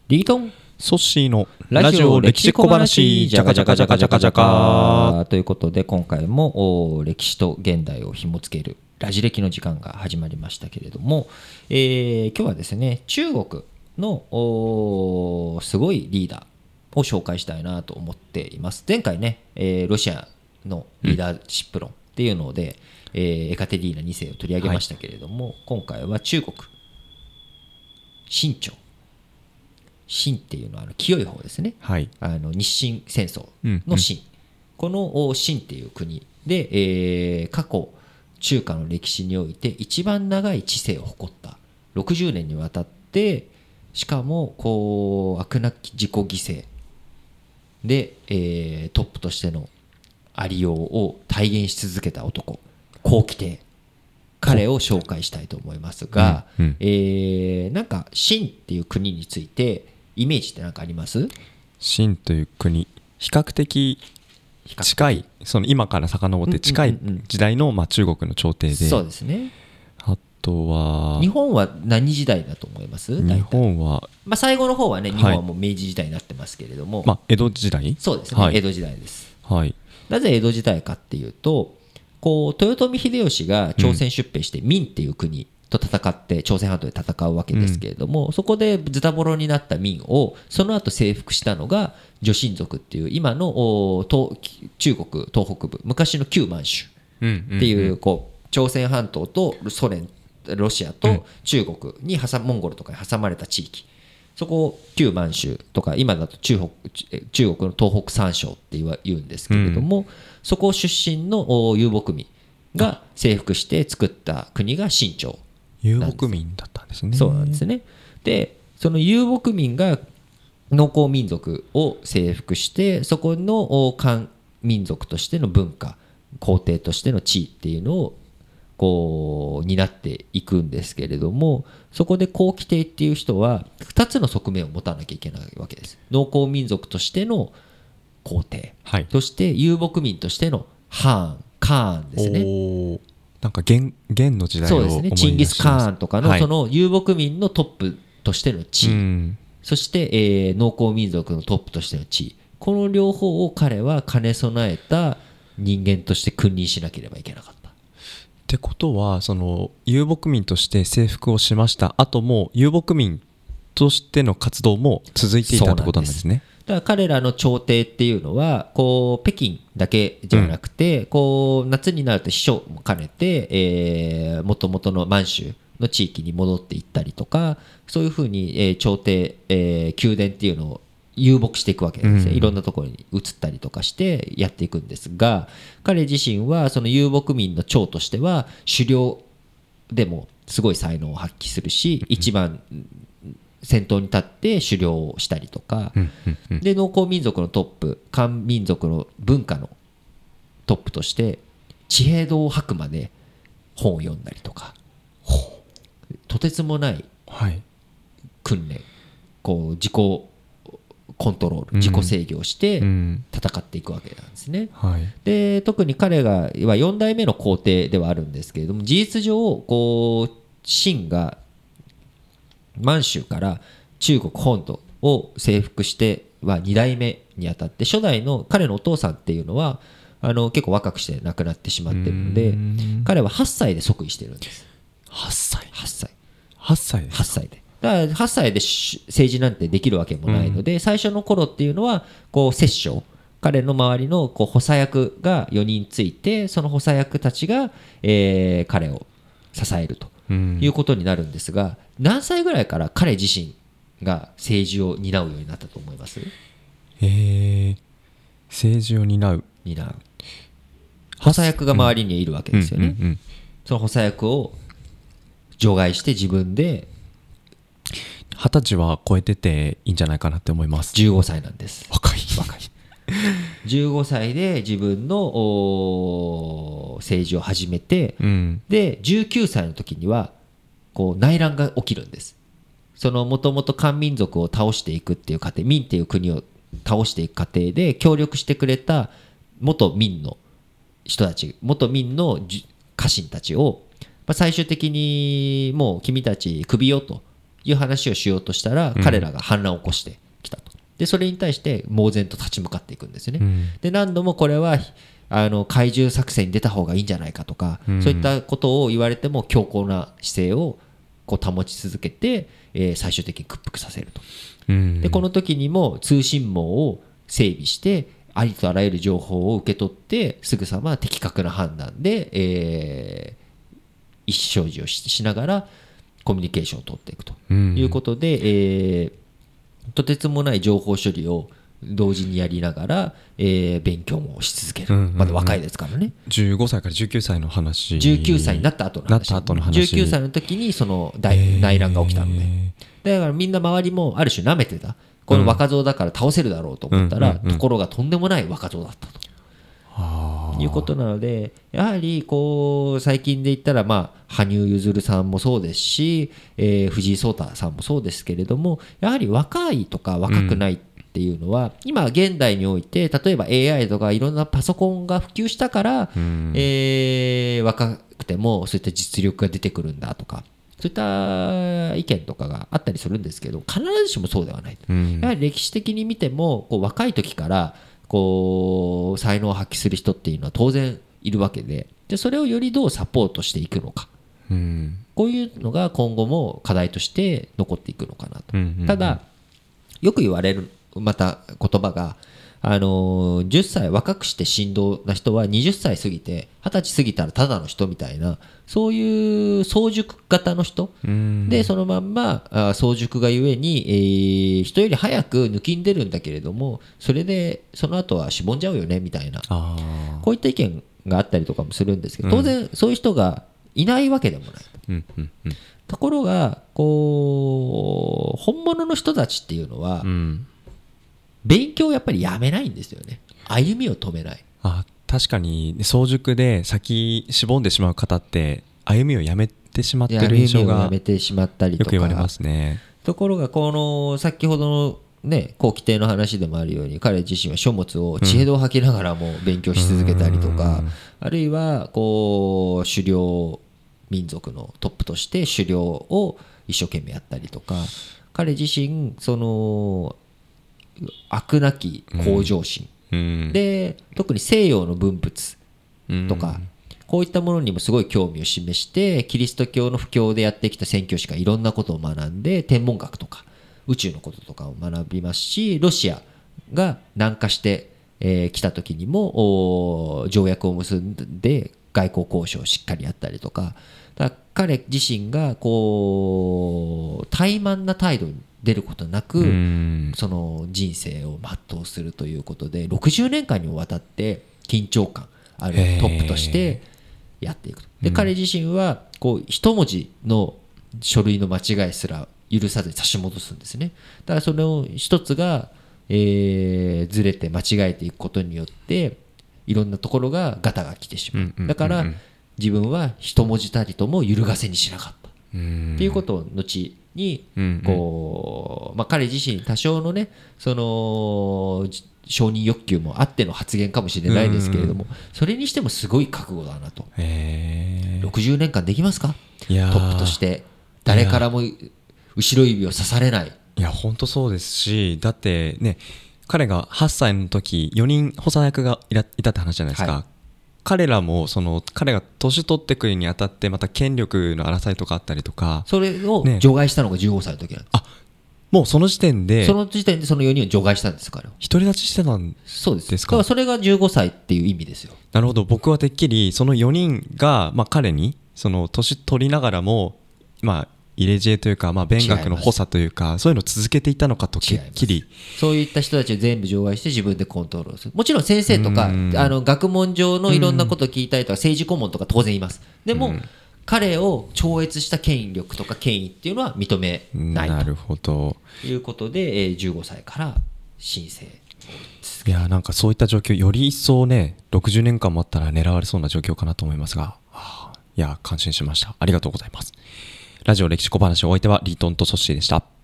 リートンソッシーのラジオ歴史小話じゃかじゃかじゃかじゃかじゃか。 ということで今回も歴史と現代を紐付けるラジ歴の時間が始まりましたけれども、今日はですね中国のすごいリーダーを紹介したいなと思っています。前回ね、ロシアのリーダーシップ論っていうので、エカテリーナ2世を取り上げましたけれども、今回は中国清朝、清っていうのは清い方ですね、 はい。 日清戦争の清、この清っていう国で、過去中華の歴史において一番長い治世を誇った60年にわたって、しかもこう飽くなき自己犠牲で、トップとしてのありようを体現し続けた男、黄貴帝、彼を紹介したいと思いますが、なんか清っていう国についてイメージって何かあります？ 清という国、比較的近い、その今から遡って近い時代の中国の朝廷で、 そうですね。 あとは日本は何時代だと思います？ 日本は、 最後の方はね、日本はもう明治時代になってますけれども、 江戸時代。 そうですね、 はい、 江戸時代です。 はい。 なぜ江戸時代かっていうと、こう豊臣秀吉が朝鮮出兵して明っていう国と戦って朝鮮半島で戦うわけですけれども、そこでズタボロになった明をその後征服したのが女真族っていう今の中国東北部、昔の旧満州っていうこう朝鮮半島とソ連、ロシアと中国にモンゴルとかに挟まれた地域、そこを旧満州とか今だと中国の東北三省って言うんですけれども、そこ出身の遊牧民が征服して作った国が清朝。 遊牧民だったんですね。 そうなんですね。でその遊牧民が農耕民族を征服して、そこの漢民族としての文化、皇帝としての地位っていうのをこう担っていくんですけれども、そこで黄貴帝っていう人は2つの側面を持たなきゃいけないわけです。農耕民族としての皇帝、 はい、 そして遊牧民としてのカーンですね。 なんか元の時代を思い出します。 そうですね、チンギス・カーンとかのその遊牧民のトップとしての地位、そして、農耕民族のトップとしての地位、この両方を彼は兼ね備えた人間として君臨しなければいけなかった。 ってことは、その遊牧民として征服をしました後も遊牧民としての活動も続いていたってことなんですね。 だから彼らの朝廷っていうのはこう北京だけじゃなくて、こう夏になると秘書も兼ねてもともとの満州の地域に戻っていったりとか、そういうふうに、朝廷、宮殿っていうのを遊牧していくわけですね。いろんなところに移ったりとかしてやっていくんですが、彼自身はその遊牧民の長としては狩猟でもすごい才能を発揮するし、一番先頭に立って狩猟をしたりとか、で農耕民族のトップ、漢民族の文化のトップとして地平道白馬で本を読んだりとか、とてつもない訓練、こう自己コントロール、自己制御をして戦っていくわけなんですね。で特に彼がは4代目の皇帝ではあるんですけれども、事実上こう清が満州から中国本土を征服しては2代目にあたって、初代の彼のお父さんっていうのは結構若くして亡くなってしまっているので、彼は8歳で即位してるんです。8歳でだから8歳で政治なんてできるわけもないので、最初の頃っていうのはこう摂政、彼の周りのこう補佐役が4人ついて、その補佐役たちが、彼を支えるということになるんですが、何歳ぐらいから彼自身が政治を担うようになったと思います？ 政治を担う補佐役が周りにいるわけですよね。その補佐役を除外して自分で 20歳は超えてていいんじゃないかなって思います。 15歳なんです。 若い 15歳で自分の政治を始めて、で19歳の時にはこう内乱が起きるんです。そのもともと漢民族を倒していくっていう過程、明っていう国を倒していく過程で協力してくれた元明の人たち、元明の家臣たちを、最終的にもう君たち首よという話をしようとしたら、彼らが反乱を起こしてきたと。でそれに対して猛然と立ち向かっていくんですよね。で何度もこれは怪獣作戦に出た方がいいんじゃないかとか、そういったことを言われても強硬な姿勢をこう保ち続けて、最終的に屈服させると。でこの時にも通信網を整備してありとあらゆる情報を受け取ってすぐさま的確な判断で、意思表示をしながらコミュニケーションを取っていくということで、とてつもない情報処理を同時にやりながら、勉強もし続ける、まだ若いですからね。 15歳から19歳の話。 19歳になった後の話。19歳の時にその内乱が起きたので、だからみんな周りもある種舐めてた。この若造だから倒せるだろうと思ったら、ところがとんでもない若造だったと。いうことなので、やはりこう最近で言ったら、羽生結弦さんもそうですし、藤井聡太さんもそうですけれども、やはり若いとか若くないっていうのは、今現代において例えば AI とかいろんなパソコンが普及したから、若くてもそういった実力が出てくるんだとか、そういった意見とかがあったりするんですけど、必ずしもそうではない。やはり歴史的に見てもこう若い時からこう才能を発揮する人っていうのは当然いるわけで、それをよりどうサポートしていくのか、こういうのが今後も課題として残っていくのかなと。ただよく言われるまた言葉が、10歳若くして神童な人は20歳過ぎて20歳過ぎたらただの人みたいな、そういう早熟型の人で、そのまんま早熟がゆえに、人より早く抜きんでるんだけれども、それでその後はしぼんじゃうよねみたいな、こういった意見があったりとかもするんですけど、当然そういう人がいないわけでもないと。ところがこう本物の人たちっていうのは、勉強をやっぱりやめないんですよね。歩みを止めない。 確かに早熟で先しぼんでしまう方って歩みをやめてしまってる印象が歩みをやめてしまったりとかよく言われますね。 ところがこの先ほどのね後期帝の話でもあるように、彼自身は書物を知恵度を吐きながらも勉強し続けたりとか、あるいはこう狩猟民族のトップとして狩猟を一生懸命やったりとか、彼自身その飽くなき向上心、で特に西洋の文物とか、こういったものにもすごい興味を示して、キリスト教の布教でやってきた宣教師がいろんなことを学んで、天文学とか宇宙のこととかを学びますし、ロシアが南下してきた時にも条約を結んで外交交渉をしっかりやったりとか、だから彼自身がこう怠慢な態度に出ることなく、その人生を全うするということで、60年間にわたって緊張感あるトップとしてやっていくと。で彼自身はこう一文字の書類の間違いすら許さずに差し戻すんですね。だからその一つが、ずれて間違えていくことによっていろんなところがガタが来てしまう。だから自分は一文字たりとも揺るがせにしなかったっていうことを後にこう、彼自身多少のねその承認欲求もあっての発言かもしれないですけれども、それにしてもすごい覚悟だなと。60年間できますか、トップとして誰からも後ろ指を刺されない。 いや本当そうですし、だってね彼が8歳の時4人補佐役がいたって話じゃないですか、彼らもその彼が年取ってくるにあたってまた権力の争いとかあったりとか、 それを除外したのが15歳の時なんです。 もうその時点でその4人を除外したんですから。 独り立ちしてたんですか。 そうです。だからそれが15歳っていう意味ですよ。 なるほど。僕はてっきりその4人が、彼にその年取りながらも入れ知恵というか、勉学の補佐というかそういうのを続けていたのかと。てっきりそういった人たちを全部除外して自分でコントロールする。もちろん先生とか学問上のいろんなことを聞いたりとか政治顧問とか当然います。でも彼を超越した権力とか権威っていうのは認めないなるほどということで、15歳から申請。 いやなんかそういった状況より一層ね60年間もあったら狙われそうな状況かなと思いますが、いや感心しました。ありがとうございます。ラジオ歴史小話、お相手はリートンとソッシーでした。